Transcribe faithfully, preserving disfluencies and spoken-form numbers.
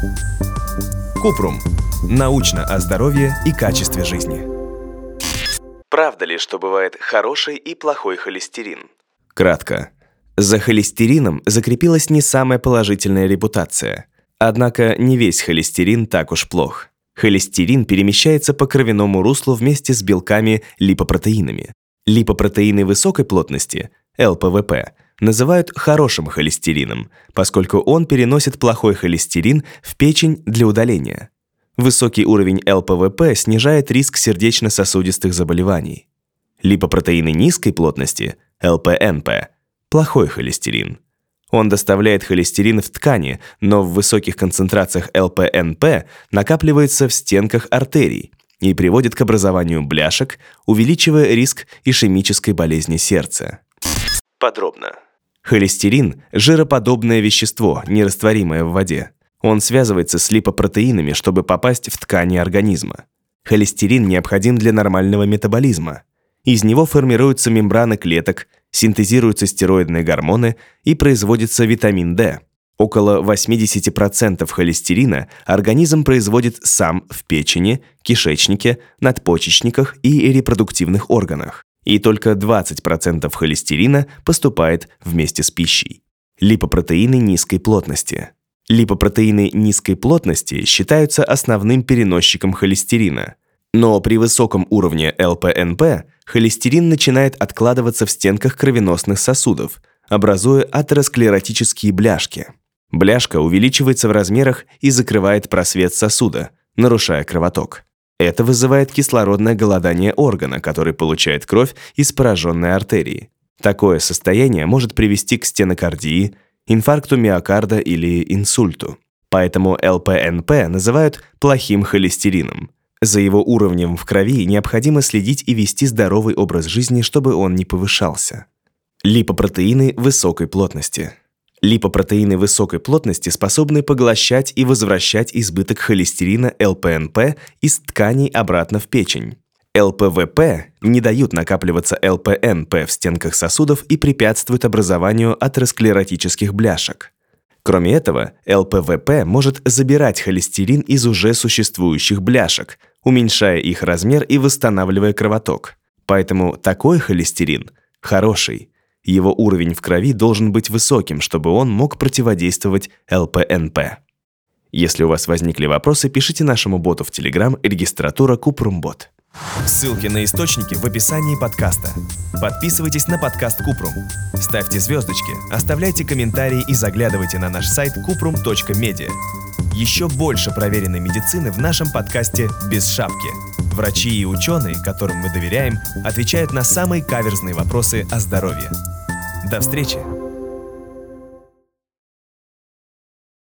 Купрум. Научно о здоровье и качестве жизни. Правда ли, что бывает хороший и плохой холестерин? Кратко. За холестерином закрепилась не самая положительная репутация. Однако не весь холестерин так уж плох. Холестерин перемещается по кровяному руслу вместе с белками-липопротеинами. Липопротеины высокой плотности, эл пэ вэ пэ, называют хорошим холестерином, поскольку он переносит плохой холестерин в печень для удаления. Высокий уровень эл пэ вэ пэ снижает риск сердечно-сосудистых заболеваний. Липопротеины низкой плотности, эл пэ эн пэ, плохой холестерин. Он доставляет холестерин в ткани, но в высоких концентрациях эл пэ эн пэ накапливается в стенках артерий и приводит к образованию бляшек, увеличивая риск ишемической болезни сердца. Подробно. Холестерин – жироподобное вещество, нерастворимое в воде. Он связывается с липопротеинами, чтобы попасть в ткани организма. Холестерин необходим для нормального метаболизма. Из него формируются мембраны клеток, синтезируются стероидные гормоны и производится витамин дэ. Около восемьдесят процентов холестерина организм производит сам в печени, кишечнике, надпочечниках и репродуктивных органах. И только двадцать процентов холестерина поступает вместе с пищей. Липопротеины низкой плотности. Липопротеины низкой плотности считаются основным переносчиком холестерина. Но при высоком уровне эл пэ эн пэ холестерин начинает откладываться в стенках кровеносных сосудов, образуя атеросклеротические бляшки. Бляшка увеличивается в размерах и закрывает просвет сосуда, нарушая кровоток. Это вызывает кислородное голодание органа, который получает кровь из пораженной артерии. Такое состояние может привести к стенокардии, инфаркту миокарда или инсульту. Поэтому эл пэ эн пэ называют плохим холестерином. За его уровнем в крови необходимо следить и вести здоровый образ жизни, чтобы он не повышался. Липопротеины высокой плотности. Липопротеины высокой плотности способны поглощать и возвращать избыток холестерина эл пэ эн пэ из тканей обратно в печень. эл пэ вэ пэ не дают накапливаться эл пэ эн пэ в стенках сосудов и препятствуют образованию атеросклеротических бляшек. Кроме этого, эл пэ вэ пэ может забирать холестерин из уже существующих бляшек, уменьшая их размер и восстанавливая кровоток. Поэтому такой холестерин хороший. Его уровень в крови должен быть высоким, чтобы он мог противодействовать эл пэ эн пэ. Если у вас возникли вопросы, пишите нашему боту в Telegram регистратура Купрумбот. Ссылки на источники в описании подкаста. Подписывайтесь на подкаст Купрум. Ставьте звездочки, оставляйте комментарии и заглядывайте на наш сайт купрум точка медиа. Еще больше проверенной медицины в нашем подкасте «Без шапки». Врачи и ученые, которым мы доверяем, отвечают на самые каверзные вопросы о здоровье. До встречи!